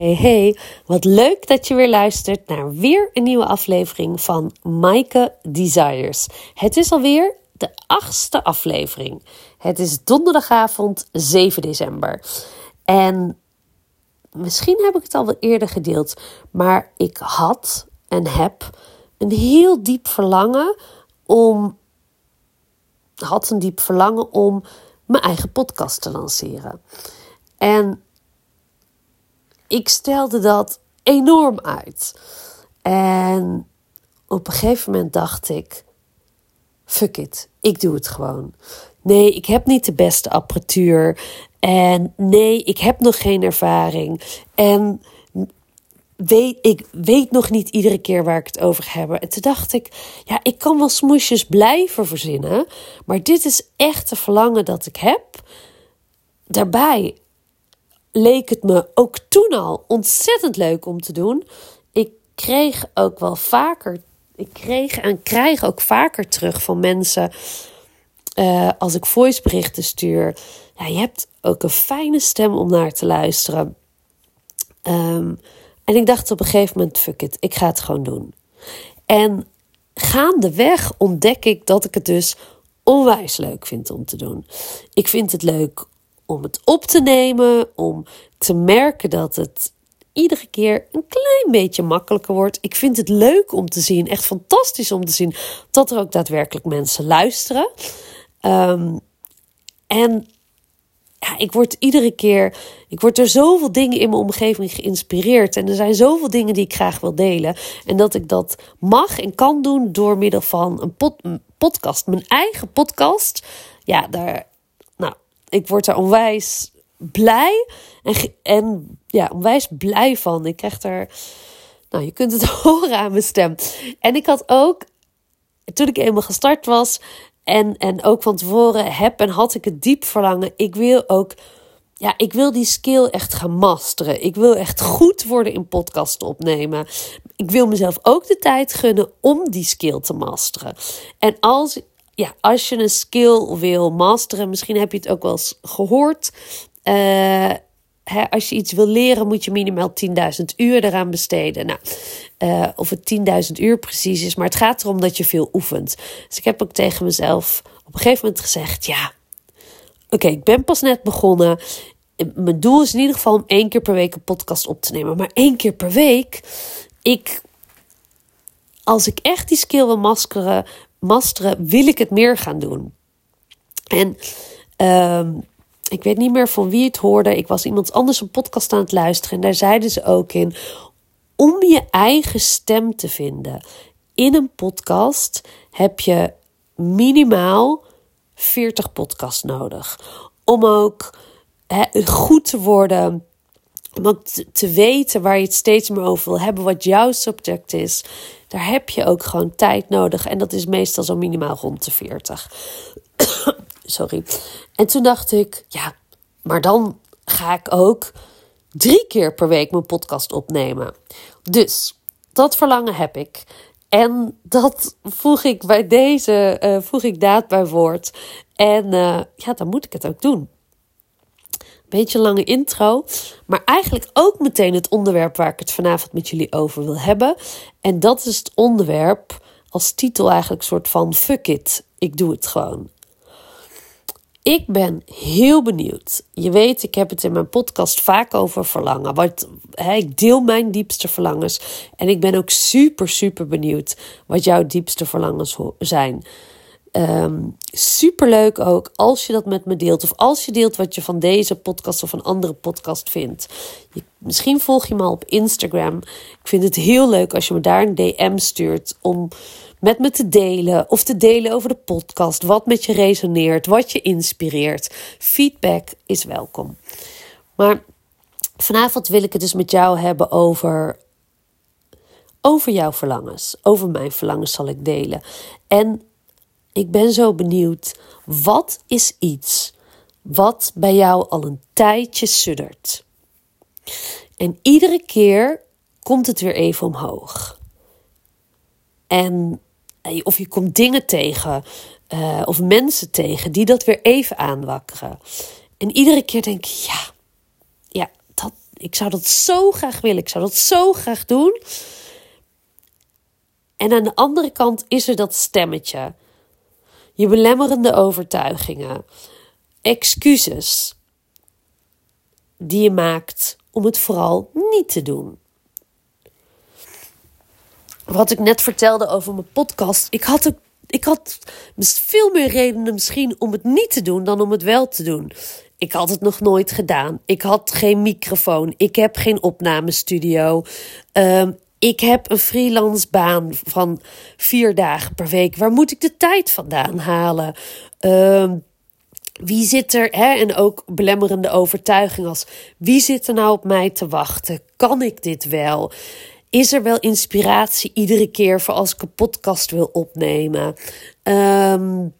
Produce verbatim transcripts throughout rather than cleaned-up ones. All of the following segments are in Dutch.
Hey, hey, wat leuk dat je weer luistert naar weer een nieuwe aflevering van Maaike Desires. Het is alweer de achtste aflevering. Het is donderdagavond zeven december. En misschien heb ik het al wel eerder gedeeld, maar ik had en heb een heel diep verlangen om, had een diep verlangen om mijn eigen podcast te lanceren. En ik stelde dat enorm uit. En op een gegeven moment dacht ik, fuck it, ik doe het gewoon. Nee, ik heb niet de beste apparatuur. En nee, ik heb nog geen ervaring. En weet, ik weet nog niet iedere keer waar ik het over heb. En toen dacht ik, ja, ik kan wel smoesjes blijven verzinnen. Maar dit is echt het verlangen dat ik heb. Daarbij leek het me ook toen al ontzettend leuk om te doen. Ik kreeg ook wel vaker, ik kreeg en krijg ook vaker terug van mensen uh, als ik voiceberichten stuur. Ja, je hebt ook een fijne stem om naar te luisteren. Um, en ik dacht op een gegeven moment, fuck it, ik ga het gewoon doen. En gaandeweg ontdek ik dat ik het dus onwijs leuk vind om te doen. Ik vind het leuk om het op te nemen, om te merken dat het iedere keer een klein beetje makkelijker wordt. Ik vind het leuk om te zien, echt fantastisch om te zien, dat er ook daadwerkelijk mensen luisteren. Um, en ja, ik word iedere keer, ik word door zoveel dingen in mijn omgeving geïnspireerd. En er zijn zoveel dingen die ik graag wil delen. En dat ik dat mag en kan doen door middel van een, pod, een podcast, mijn eigen podcast. Ja, daar... Ik word er onwijs blij en, en ja, onwijs blij van. Ik krijg er, nou, je kunt het horen aan mijn stem. En ik had ook, toen ik eenmaal gestart was en, en ook van tevoren heb en had ik het diep verlangen. Ik wil ook, ja, ik wil die skill echt gaan masteren. Ik wil echt goed worden in podcast opnemen. Ik wil mezelf ook de tijd gunnen om die skill te masteren. En als Ja, als je een skill wil masteren, misschien heb je het ook wel eens gehoord. Uh, hè, als je iets wil leren, moet je minimaal tienduizend uur eraan besteden. Nou, uh, of het tienduizend uur precies is, maar het gaat erom dat je veel oefent. Dus ik heb ook tegen mezelf op een gegeven moment gezegd, ja, oké, okay, ik ben pas net begonnen. Mijn doel is in ieder geval om één keer per week een podcast op te nemen. Maar één keer per week, ik, als ik echt die skill wil masteren, masteren, wil ik het meer gaan doen. En um, ik weet niet meer van wie het hoorde. Ik was iemand anders een podcast aan het luisteren. En daar zeiden ze ook in, om je eigen stem te vinden in een podcast heb je minimaal veertig podcasts nodig. Om ook he, goed te worden, om ook te, te weten waar je het steeds meer over wil hebben, wat jouw subject is. Daar heb je ook gewoon tijd nodig. En dat is meestal zo minimaal rond de veertig. Sorry. En toen dacht ik, ja, maar dan ga ik ook drie keer per week mijn podcast opnemen. Dus dat verlangen heb ik. En dat voeg ik bij deze, uh, voeg ik daad bij woord. En uh, ja, dan moet ik het ook doen. Beetje een lange intro, maar eigenlijk ook meteen het onderwerp waar ik het vanavond met jullie over wil hebben. En dat is het onderwerp als titel eigenlijk een soort van fuck it, ik doe het gewoon. Ik ben heel benieuwd. Je weet, ik heb het in mijn podcast vaak over verlangen. Wat, hè, ik deel mijn diepste verlangens en ik ben ook super, super benieuwd wat jouw diepste verlangens zijn. Um, superleuk ook als je dat met me deelt. Of als je deelt wat je van deze podcast of een andere podcast vindt. Je, misschien volg je me al op Instagram. Ik vind het heel leuk als je me daar een D M stuurt om met me te delen. Of te delen over de podcast. Wat met je resoneert. Wat je inspireert. Feedback is welkom. Maar vanavond wil ik het dus met jou hebben over, over jouw verlangens. Over mijn verlangens zal ik delen. En ik ben zo benieuwd, wat is iets wat bij jou al een tijdje suddert? En iedere keer komt het weer even omhoog. En of je komt dingen tegen, uh, of mensen tegen die dat weer even aanwakkeren. En iedere keer denk ik, ja, ja, dat, ik zou dat zo graag willen. Ik zou dat zo graag doen. En aan de andere kant is er dat stemmetje. Je belemmerende overtuigingen. Excuses. Die je maakt om het vooral niet te doen. Wat ik net vertelde over mijn podcast. Ik had, ook, ik had veel meer redenen misschien om het niet te doen dan om het wel te doen. Ik had het nog nooit gedaan. Ik had geen microfoon. Ik heb geen opnamestudio. Um, ik heb een freelance baan van vier dagen per week. Waar moet ik de tijd vandaan halen? Um, wie zit er, hè, en ook belemmerende overtuiging als, wie zit er nou op mij te wachten? Kan ik dit wel? Is er wel inspiratie iedere keer voor als ik een podcast wil opnemen? Um,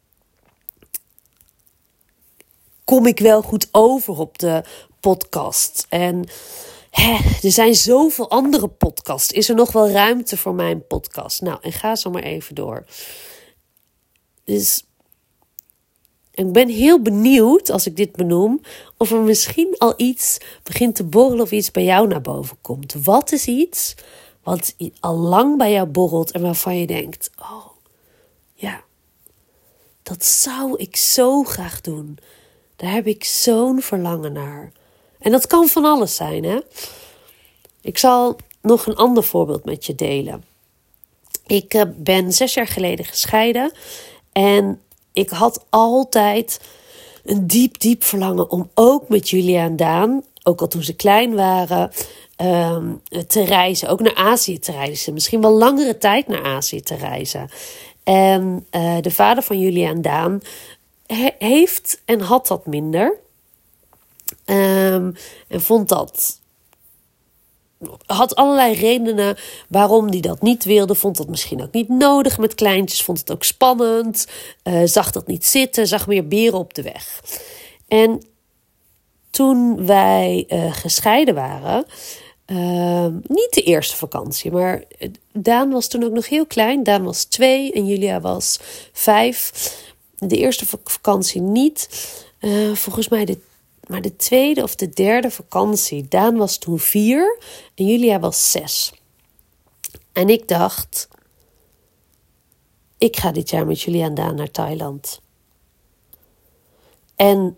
kom ik wel goed over op de podcast? En hè, er zijn zoveel andere podcasts. Is er nog wel ruimte voor mijn podcast? Nou, en ga zo maar even door. Dus ik ben heel benieuwd, als ik dit benoem, of er misschien al iets begint te borrelen of iets bij jou naar boven komt. Wat is iets wat al lang bij jou borrelt en waarvan je denkt, oh ja, dat zou ik zo graag doen. Daar heb ik zo'n verlangen naar. En dat kan van alles zijn, hè? Ik zal nog een ander voorbeeld met je delen. Ik uh, ben zes jaar geleden gescheiden en ik had altijd een diep, diep verlangen om ook met Julia en Daan, ook al toen ze klein waren, um, te reizen. Ook naar Azië te reizen. Misschien wel langere tijd naar Azië te reizen. En uh, de vader van Julia en Daan he- heeft en had dat minder. Um, en vond dat... Had allerlei redenen waarom hij dat niet wilde. Vond dat misschien ook niet nodig met kleintjes. Vond het ook spannend. Uh, zag dat niet zitten. Zag meer beren op de weg. En toen wij uh, gescheiden waren. Uh, niet de eerste vakantie. Maar Daan was toen ook nog heel klein. Daan was twee en Julia was vijf. De eerste vakantie niet. Uh, volgens mij de Maar de tweede of de derde vakantie, Daan was toen vier en Julia was zes. En ik dacht, ik ga dit jaar met Julia en Daan naar Thailand. En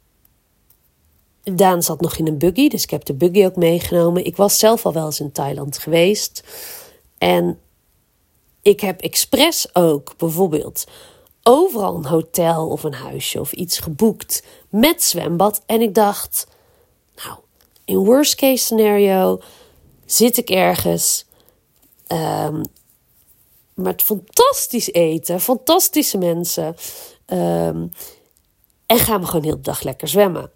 Daan zat nog in een buggy, dus ik heb de buggy ook meegenomen. Ik was zelf al wel eens in Thailand geweest. En ik heb expres ook bijvoorbeeld overal een hotel of een huisje of iets geboekt met zwembad. En ik dacht, nou, in worst case scenario zit ik ergens um, met fantastisch eten, fantastische mensen. Um, en gaan we gewoon heel de dag lekker zwemmen.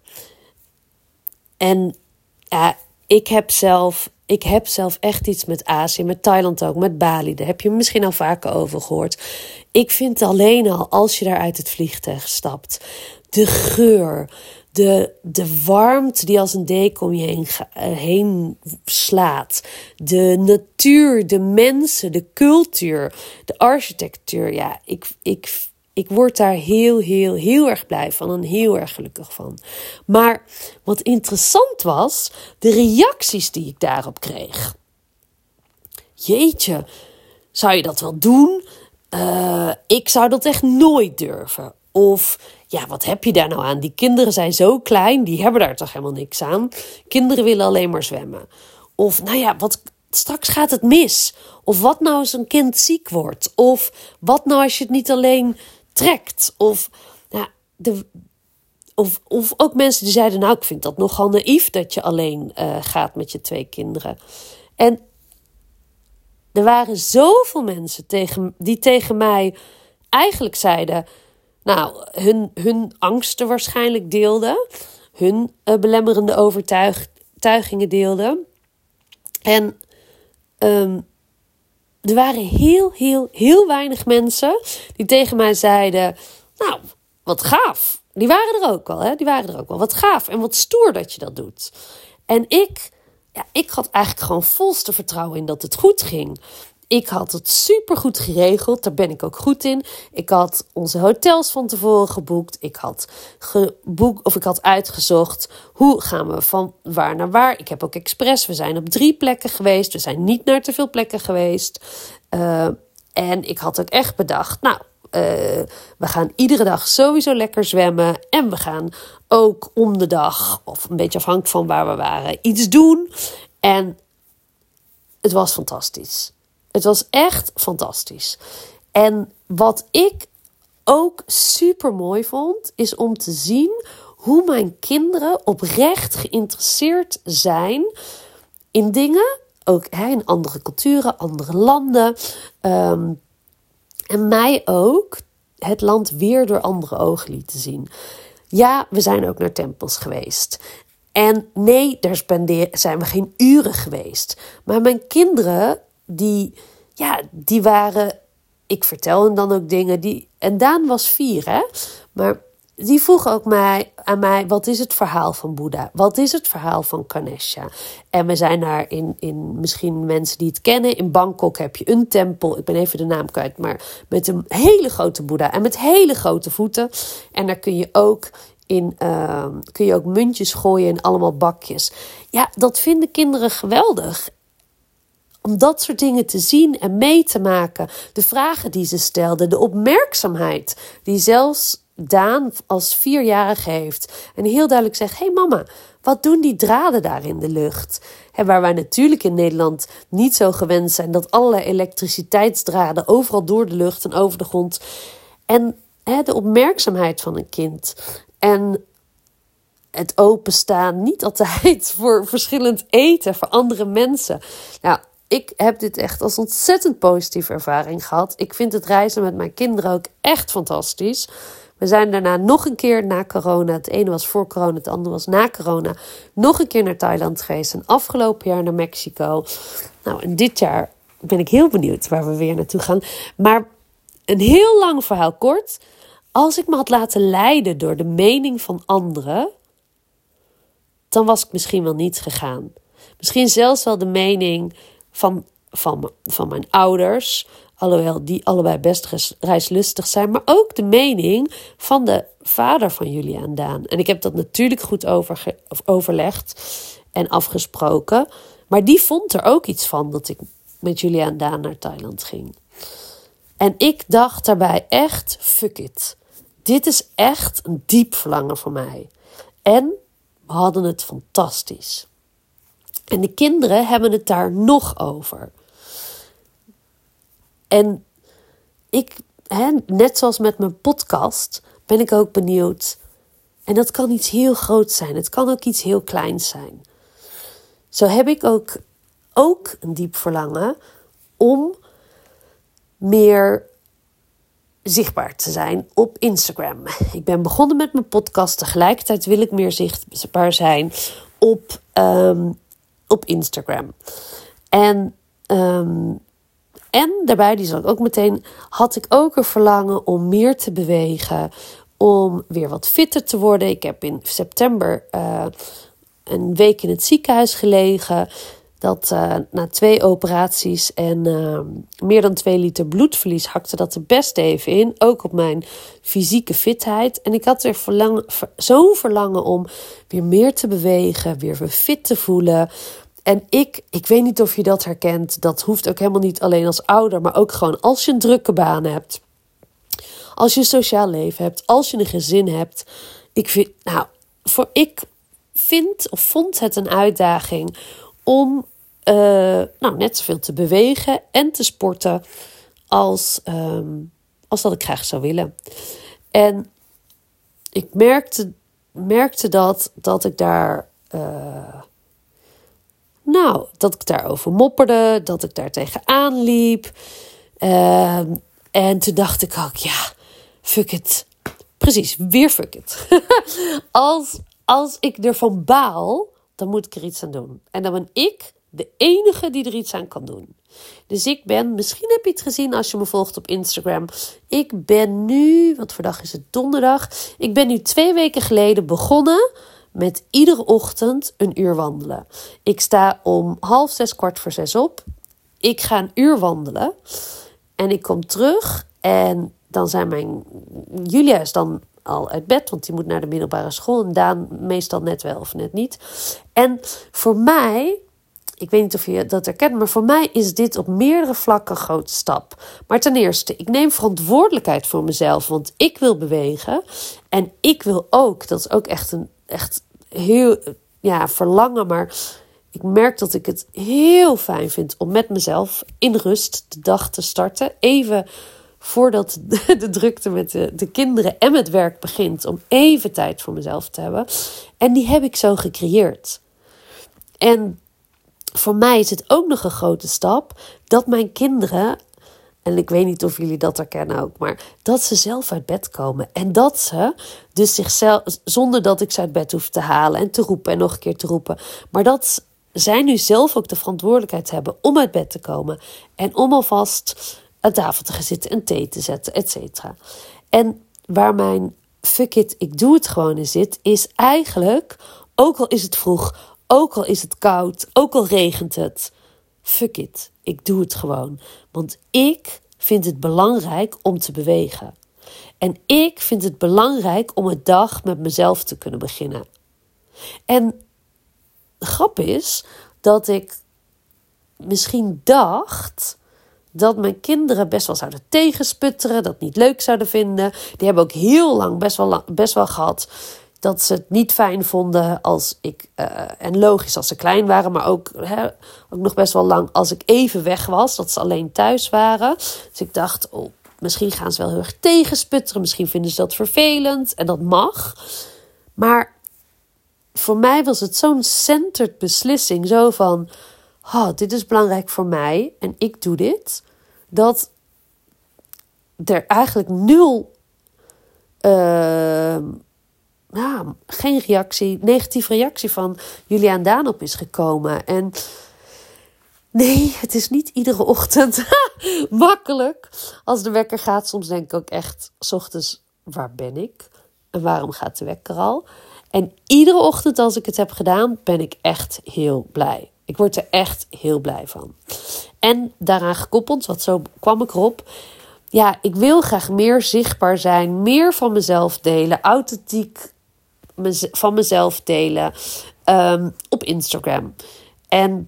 En ja, ik heb zelf... Ik heb zelf echt iets met Azië, met Thailand ook, met Bali. Daar heb je misschien al vaker over gehoord. Ik vind alleen al, als je daar uit het vliegtuig stapt, de geur, de, de warmte die als een deken om je heen, heen slaat. De natuur, de mensen, de cultuur, de architectuur. Ja, ik... ik Ik word daar heel, heel, heel erg blij van en heel erg gelukkig van. Maar wat interessant was, de reacties die ik daarop kreeg. Jeetje, zou je dat wel doen? Uh, ik zou dat echt nooit durven. Of, ja, wat heb je daar nou aan? Die kinderen zijn zo klein, die hebben daar toch helemaal niks aan. Kinderen willen alleen maar zwemmen. Of, nou ja, wat... straks gaat het mis. Of wat nou als een kind ziek wordt? Of wat nou als je het niet alleen trekt? Of, nou, de, of, of ook mensen die zeiden, nou, ik vind dat nogal naïef dat je alleen uh, gaat met je twee kinderen. En er waren zoveel mensen tegen, die tegen mij eigenlijk zeiden, nou, hun, hun angsten waarschijnlijk deelden. Hun uh, belemmerende overtuigingen deelden. En Um, er waren heel, heel, heel weinig mensen die tegen mij zeiden, nou, wat gaaf. Die waren er ook wel, hè? Die waren er ook wel. Wat gaaf en wat stoer dat je dat doet. En ik, ja, ik had eigenlijk gewoon volste vertrouwen in dat het goed ging. ik had het supergoed geregeld. Daar ben ik ook goed in. Ik had onze hotels van tevoren geboekt. Ik had geboekt of ik had uitgezocht hoe gaan we van waar naar waar. Ik heb ook expres. We zijn op drie plekken geweest. We zijn niet naar te veel plekken geweest. Uh, en ik had ook echt bedacht, nou, uh, we gaan iedere dag sowieso lekker zwemmen. En we gaan ook om de dag, of een beetje afhankelijk van waar we waren, iets doen. En het was fantastisch. Het was echt fantastisch. En wat ik ook super mooi vond, is om te zien hoe mijn kinderen oprecht geïnteresseerd zijn in dingen. Ook hè, in andere culturen, andere landen. Um, en mij ook het land weer door andere ogen lieten zien. Ja, we zijn ook naar tempels geweest. En nee, daar spendeer, zijn we geen uren geweest. Maar mijn kinderen, die, ja, die waren... Ik vertel hen dan ook dingen. Die, en Daan was vier, hè. Maar die vroeg ook mij, aan mij, wat is het verhaal van Boeddha? Wat is het verhaal van Ganesha? En we zijn daar in, in, misschien mensen die het kennen, in Bangkok heb je een tempel. Ik ben even de naam kwijt, maar met een hele grote Boeddha en met hele grote voeten. En daar kun je ook... In, uh, kun je ook muntjes gooien in allemaal bakjes. Ja, dat vinden kinderen geweldig. Om dat soort dingen te zien en mee te maken. De vragen die ze stelden. De opmerkzaamheid die zelfs Daan als vierjarige heeft. En heel duidelijk zegt, hé hey mama, wat doen die draden daar in de lucht? He, waar wij natuurlijk in Nederland niet zo gewend zijn. Dat allerlei elektriciteitsdraden overal door de lucht en over de grond. En he, de opmerkzaamheid van een kind. En het openstaan niet altijd voor verschillend eten, voor andere mensen. Nou, ik heb dit echt als ontzettend positieve ervaring gehad. Ik vind het reizen met mijn kinderen ook echt fantastisch. We zijn daarna nog een keer na corona, het ene was voor corona, het andere was na corona, nog een keer naar Thailand geweest. En afgelopen jaar naar Mexico. Nou, en dit jaar ben ik heel benieuwd waar we weer naartoe gaan. Maar een heel lang verhaal kort. Als ik me had laten leiden door de mening van anderen, dan was ik misschien wel niet gegaan. Misschien zelfs wel de mening van, van, van mijn ouders, alhoewel die allebei best reislustig zijn, maar ook de mening van de vader van Julia en Daan. En ik heb dat natuurlijk goed overge, overlegd en afgesproken, maar die vond er ook iets van dat ik met Julia en Daan naar Thailand ging. En ik dacht daarbij echt, fuck it. Dit is echt een diep verlangen voor mij. En we hadden het fantastisch. En de kinderen hebben het daar nog over. En ik, hè, net zoals met mijn podcast, ben ik ook benieuwd. En dat kan iets heel groots zijn. Het kan ook iets heel kleins zijn. Zo heb ik ook, ook een diep verlangen om meer zichtbaar te zijn op Instagram. Ik ben begonnen met mijn podcast. Tegelijkertijd wil ik meer zichtbaar zijn op, um, op Instagram. En, um, en daarbij, die zal ik ook meteen, had ik ook een verlangen om meer te bewegen. Om weer wat fitter te worden. Ik heb in september uh, een week in het ziekenhuis gelegen. Dat uh, na twee operaties en uh, meer dan twee liter bloedverlies hakte dat er best even in. Ook op mijn fysieke fitheid. En ik had er verlangen, ver, zo'n verlangen om weer meer te bewegen. Weer weer fit te voelen. En ik, ik weet niet of je dat herkent. Dat hoeft ook helemaal niet alleen als ouder. Maar ook gewoon als je een drukke baan hebt. Als je een sociaal leven hebt. Als je een gezin hebt. Ik vind, nou, voor ik vind of vond het een uitdaging om Uh, nou, net zoveel te bewegen en te sporten als, um, als dat ik graag zou willen. En ik merkte, merkte dat, dat ik daar uh, nou, dat ik daarover mopperde, dat ik daar tegenaan liep. Uh, en toen dacht ik ook, ja, fuck it. Precies, weer fuck it. als, als ik ervan baal, dan moet ik er iets aan doen. En dan ben ik de enige die er iets aan kan doen. Dus ik ben, misschien heb je het gezien als je me volgt op Instagram. Ik ben nu, wat voor dag is het? Donderdag. Ik ben nu twee weken geleden begonnen met iedere ochtend een uur wandelen. Ik sta om half zes, kwart voor zes op. ik ga een uur wandelen. En ik kom terug. En dan zijn mijn... Julia is dan al uit bed, want die moet naar de middelbare school. En Daan meestal net wel of net niet. En voor mij... Ik weet niet of je dat herkent, maar voor mij is dit op meerdere vlakken een grote stap. Maar ten eerste, ik neem verantwoordelijkheid voor mezelf, want ik wil bewegen. En ik wil ook, dat is ook echt een echt heel ja, verlangen, maar ik merk dat ik het heel fijn vind om met mezelf in rust de dag te starten. Even voordat de drukte met de, de kinderen en met werk begint, om even tijd voor mezelf te hebben. En die heb ik zo gecreëerd. En voor mij is het ook nog een grote stap dat mijn kinderen, en ik weet niet of jullie dat herkennen ook, maar dat ze zelf uit bed komen. En dat ze dus zichzelf, zonder dat ik ze uit bed hoef te halen en te roepen en nog een keer te roepen, maar dat zij nu zelf ook de verantwoordelijkheid hebben om uit bed te komen. En om alvast aan tafel te gaan zitten en thee te zetten, et cetera. En waar mijn fuck it, ik doe het gewoon in zit, is eigenlijk, ook al is het vroeg, ook al is het koud, ook al regent het. Fuck it, ik doe het gewoon. Want ik vind het belangrijk om te bewegen. En ik vind het belangrijk om een dag met mezelf te kunnen beginnen. En de grap is dat ik misschien dacht dat mijn kinderen best wel zouden tegensputteren, dat niet leuk zouden vinden. Die hebben ook heel lang best wel, lang, best wel gehad dat ze het niet fijn vonden als ik, uh, en logisch als ze klein waren, maar ook, hè, ook nog best wel lang als ik even weg was, dat ze alleen thuis waren. Dus ik dacht, oh, misschien gaan ze wel heel erg tegensputteren, misschien vinden ze dat vervelend en dat mag. Maar voor mij was het zo'n centered beslissing, zo van, oh, dit is belangrijk voor mij en ik doe dit, dat er eigenlijk nul Uh, Ja, geen reactie, negatieve reactie van Julia en Daan op is gekomen. En nee, het is niet iedere ochtend makkelijk als de wekker gaat. Soms denk ik ook echt, 's ochtends, waar ben ik? En waarom gaat de wekker al? En iedere ochtend als ik het heb gedaan, ben ik echt heel blij. Ik word er echt heel blij van. En daaraan gekoppeld, want zo kwam ik erop. Ja, ik wil graag meer zichtbaar zijn, meer van mezelf delen, authentiek van mezelf delen um, op Instagram. En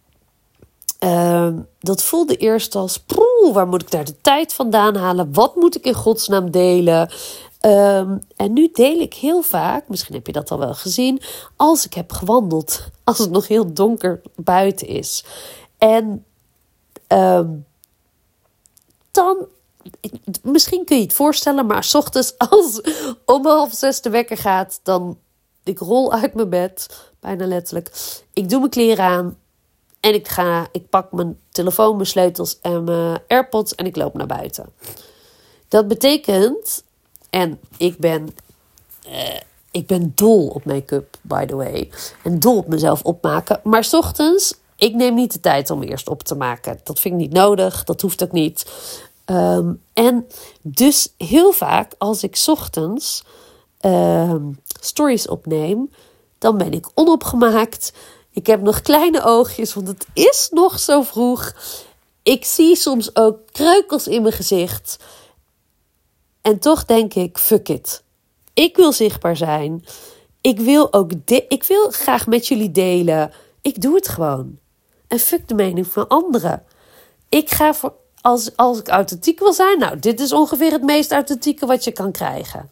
um, dat voelde eerst als, proe, waar moet ik daar de tijd vandaan halen? Wat moet ik in godsnaam delen? Um, en nu deel ik heel vaak, misschien heb je dat al wel gezien, als ik heb gewandeld, als het nog heel donker buiten is. En um, dan, misschien kun je het voorstellen, maar 's ochtends als om half zes de wekker gaat, dan ik rol uit mijn bed, bijna letterlijk. Ik doe mijn kleren aan en ik ga, ik pak mijn telefoon, mijn sleutels en mijn AirPods en ik loop naar buiten. Dat betekent, en ik ben, uh, ik ben dol op make-up, by the way, en dol op mezelf opmaken, maar 's ochtends, ik neem niet de tijd om eerst op te maken. Dat vind ik niet nodig, dat hoeft ook niet. Um, en dus heel vaak als ik 's ochtends um, stories opneem, dan ben ik onopgemaakt. Ik heb nog kleine oogjes, want het is nog zo vroeg. Ik zie soms ook kreukels in mijn gezicht. En toch denk ik, fuck it. Ik wil zichtbaar zijn. Ik wil ook de- ik wil graag met jullie delen. Ik doe het gewoon. En fuck de mening van anderen. Ik ga voor, als, als ik authentiek wil zijn, nou, dit is ongeveer het meest authentieke wat je kan krijgen.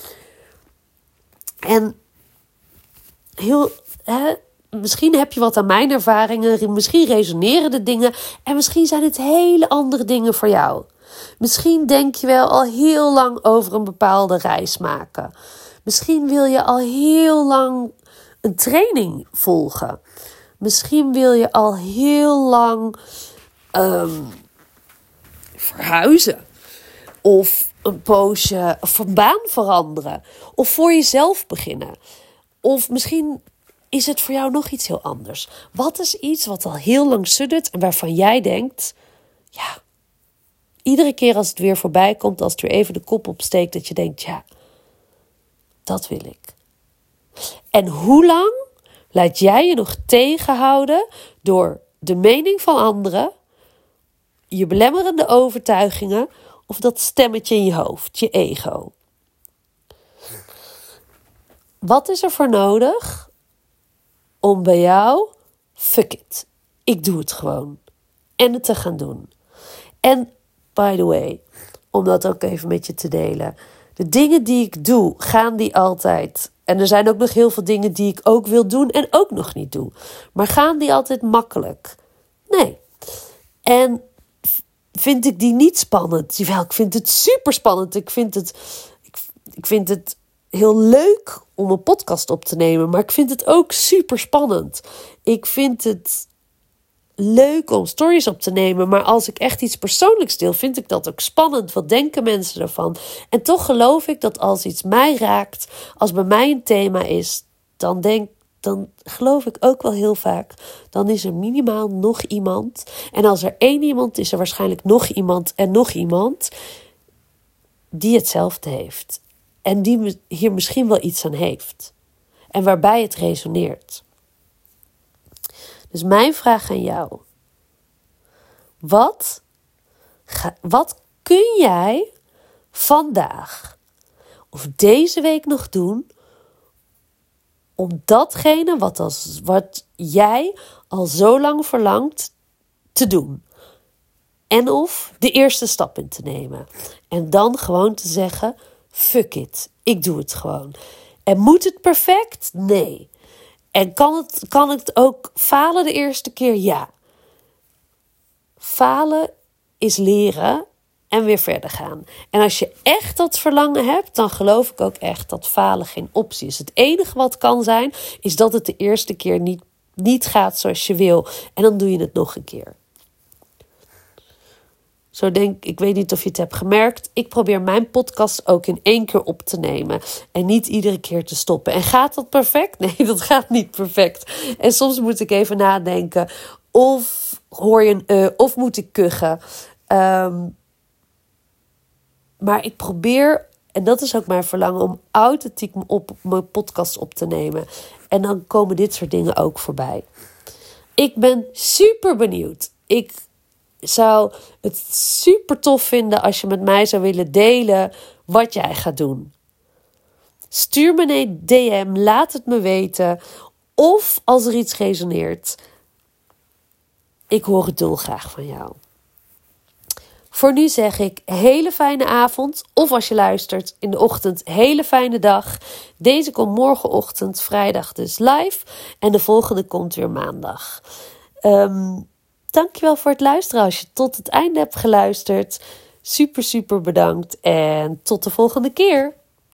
En heel, hè, misschien heb je wat aan mijn ervaringen, misschien resoneren de dingen en misschien zijn het hele andere dingen voor jou. Misschien denk je wel al heel lang over een bepaalde reis maken. Misschien wil je al heel lang een training volgen. Misschien wil je al heel lang um, verhuizen. Of een poosje of van baan veranderen. Of voor jezelf beginnen. Of misschien is het voor jou nog iets heel anders. Wat is iets wat al heel lang suddert en waarvan jij denkt, ja, iedere keer als het weer voorbij komt, als het weer even de kop opsteekt, dat je denkt, ja, dat wil ik. En hoe lang laat jij je nog tegenhouden door de mening van anderen, je belemmerende overtuigingen of dat stemmetje in je hoofd, je ego? Wat is er voor nodig om bij jou, fuck it, ik doe het gewoon, en het te gaan doen? En by the way, om dat ook even met je te delen, de dingen die ik doe, gaan die altijd? En er zijn ook nog heel veel dingen die ik ook wil doen en ook nog niet doe. Maar gaan die altijd makkelijk? Nee. En vind ik die niet spannend? Jawel, ik vind het super spannend. Ik vind het, ik, ik vind het heel leuk om een podcast op te nemen. Maar ik vind het ook super spannend. Ik vind het leuk om stories op te nemen. Maar als ik echt iets persoonlijks deel, vind ik dat ook spannend. Wat denken mensen ervan? En toch geloof ik dat als iets mij raakt, als bij mij een thema is, dan denk dan geloof ik ook wel heel vaak, dan is er minimaal nog iemand. En als er één iemand, is er waarschijnlijk nog iemand en nog iemand die hetzelfde heeft. En die hier misschien wel iets aan heeft. En waarbij het resoneert. Dus mijn vraag aan jou. Wat, ga, wat kun jij vandaag of deze week nog doen om datgene wat, als, wat jij al zo lang verlangt te doen? En of de eerste stap in te nemen. En dan gewoon te zeggen, fuck it, ik doe het gewoon. En moet het perfect? Nee. En kan het, kan het ook falen de eerste keer? Ja. Falen is leren en weer verder gaan. En als je echt dat verlangen hebt, dan geloof ik ook echt dat falen geen optie is. Het enige wat kan zijn, is dat het de eerste keer niet, niet gaat zoals je wil. En dan doe je het nog een keer. Zo denk ik, weet niet of je het hebt gemerkt. Ik probeer mijn podcast ook in één keer op te nemen. En niet iedere keer te stoppen. En gaat dat perfect? Nee, dat gaat niet perfect. En soms moet ik even nadenken. Of hoor je een uh, of moet ik kuchen. Um, maar ik probeer, en dat is ook mijn verlangen, om authentiek op mijn podcast op te nemen. En dan komen dit soort dingen ook voorbij. Ik ben super benieuwd. Ik zou het super tof vinden als je met mij zou willen delen wat jij gaat doen. Stuur me een D M, laat het me weten. Of als er iets resoneert, ik hoor het dolgraag van jou. Voor nu zeg ik hele fijne avond. Of als je luistert in de ochtend, hele fijne dag. Deze komt morgenochtend, vrijdag dus live. En de volgende komt weer maandag. Um, Dankjewel voor het luisteren. Als je tot het einde hebt geluisterd. Super, super bedankt. En tot de volgende keer.